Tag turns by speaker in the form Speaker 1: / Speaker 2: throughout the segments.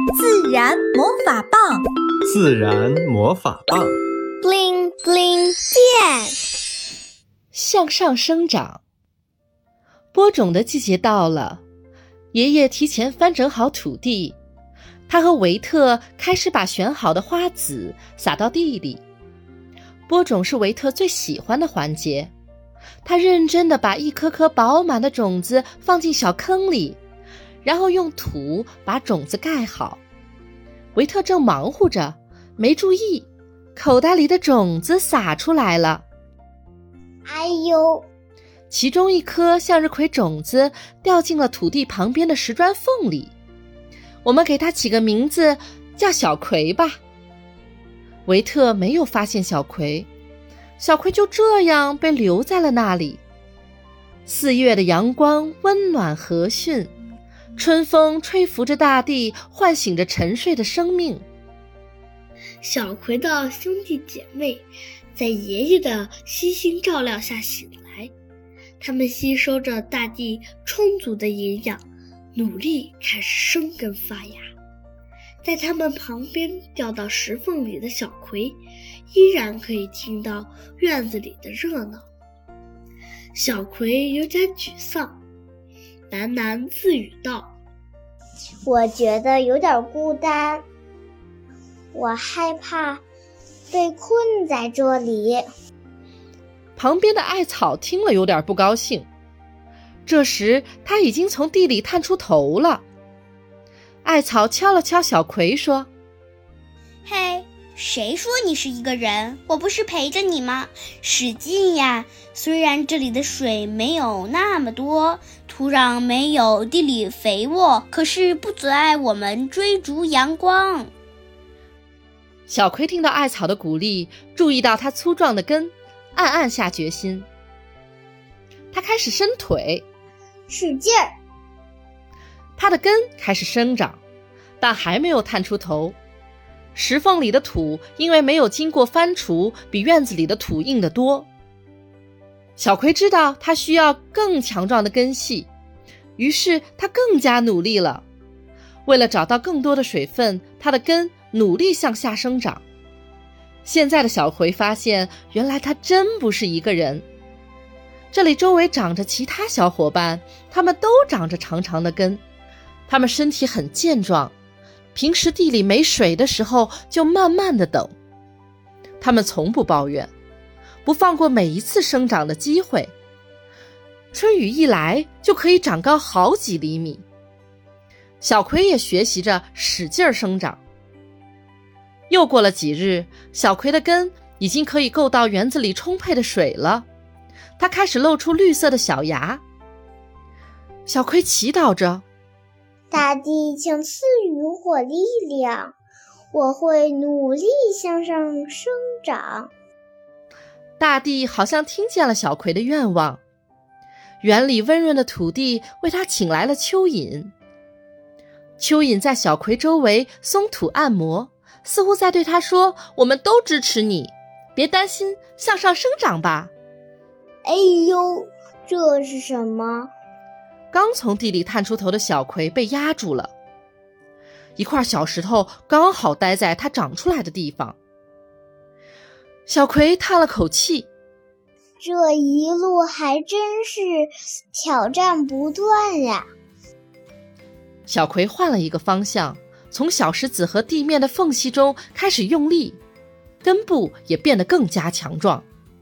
Speaker 1: 自然魔法棒，
Speaker 2: 自然魔法棒
Speaker 3: ，bling bling 变，
Speaker 4: 向上生长。播种的季节到了，爷爷提前翻整好土地，他和维特开始把选好的花籽撒到地里。播种是维特最喜欢的环节，他认真地把一颗颗饱满的种子放进小坑里，然后用土把种子盖好。维特正忙活着，没注意，口袋里的种子洒出来了。
Speaker 3: 哎呦！
Speaker 4: 其中一颗向日葵种子掉进了土地旁边的石砖缝里。我们给它起个名字，叫小葵吧。维特没有发现小葵，小葵就这样被留在了那里。4月的阳光温暖和煦，春风吹拂着大地，唤醒着沉睡的生命。
Speaker 5: 小葵的兄弟姐妹在爷爷的悉心照料下醒来，他们吸收着大地充足的营养，努力开始生根发芽。在他们旁边掉到石缝里的小葵，依然可以听到院子里的热闹。小葵有点沮丧，喃喃自语道：“
Speaker 3: 我觉得有点孤单，我害怕被困在这里。”
Speaker 4: 旁边的艾草听了有点不高兴，这时他已经从地里探出头了。艾草敲了敲小葵说：“
Speaker 6: 嘿，谁说你是一个人？我不是陪着你吗？使劲呀！虽然这里的水没有那么多，土壤没有地里肥沃，可是不阻碍我们追逐阳光。”
Speaker 4: 小葵听到艾草的鼓励，注意到它粗壮的根，暗暗下决心。他开始伸腿，
Speaker 3: 使劲儿。
Speaker 4: 它的根开始生长，但还没有探出头。石缝里的土因为没有经过翻除，比院子里的土硬得多。小葵知道它需要更强壮的根系，于是它更加努力了。为了找到更多的水分，它的根努力向下生长。现在的小葵发现，原来它真不是一个人。这里周围长着其他小伙伴，他们都长着长长的根，他们身体很健壮，平时地里没水的时候就慢慢地等。他们从不抱怨，不放过每一次生长的机会。春雨一来就可以长高好几厘米。小葵也学习着使劲生长。又过了几日，小葵的根已经可以够到园子里充沛的水了，它开始露出绿色的小芽。小葵祈祷着：“
Speaker 3: 大地请赐予我力量，我会努力向上生长。”
Speaker 4: 大地好像听见了小葵的愿望，园里温润的土地为它请来了蚯蚓。蚯蚓在小葵周围松土按摩，似乎在对它说：“我们都支持你，别担心，向上生长吧。”
Speaker 3: 哎呦，这是什么？
Speaker 4: 刚从地里探出头的小葵被压住了，一块小石头刚好待在它长出来的地方。小葵叹了口气，
Speaker 3: 这一路还真是挑战不断呀。
Speaker 4: 小葵换了一个方向，从小石子和地面的缝隙中开始用力，根部也变得更加强壮。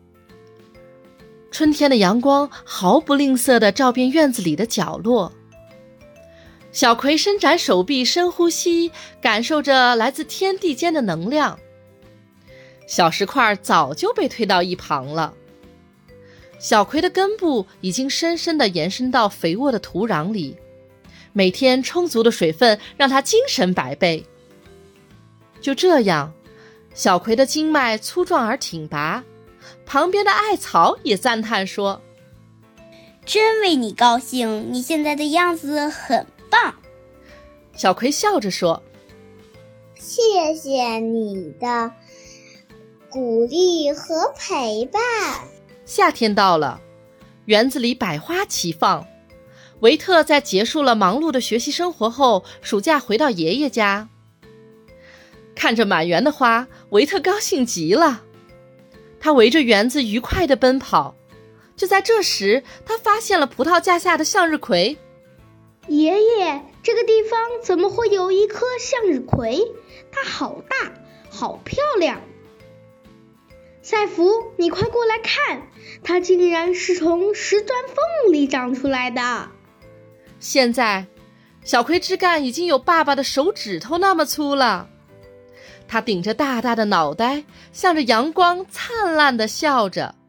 Speaker 4: 春天的阳光毫不吝啬地照遍院子里的角落。小葵伸展手臂，深呼吸，感受着来自天地间的能量。小石块早就被推到一旁了。小葵的根部已经深深地延伸到肥沃的土壤里，每天充足的水分让它精神百倍。就这样，小葵的经脉粗壮而挺拔，旁边的艾草也赞叹说：“
Speaker 6: 真为你高兴，你现在的样子很棒。”
Speaker 4: 小葵笑着说：“
Speaker 3: 谢谢你的鼓励和陪伴。”
Speaker 4: 夏天到了，园子里百花齐放。维特在结束了忙碌的学习生活后，暑假回到爷爷家， 看着满园的花，维特高兴极了。他围着园子愉快地奔跑。就在这时，他发现了葡萄架下的向日葵。
Speaker 7: 爷爷，这个地方怎么会有一棵向日葵？它好大，好漂亮。赛弗，你快过来看，它竟然是从石砖缝里长出来的。
Speaker 4: 现在，小葵枝干已经有爸爸的手指头那么粗了。他顶着大大的脑袋，向着阳光灿烂地笑着。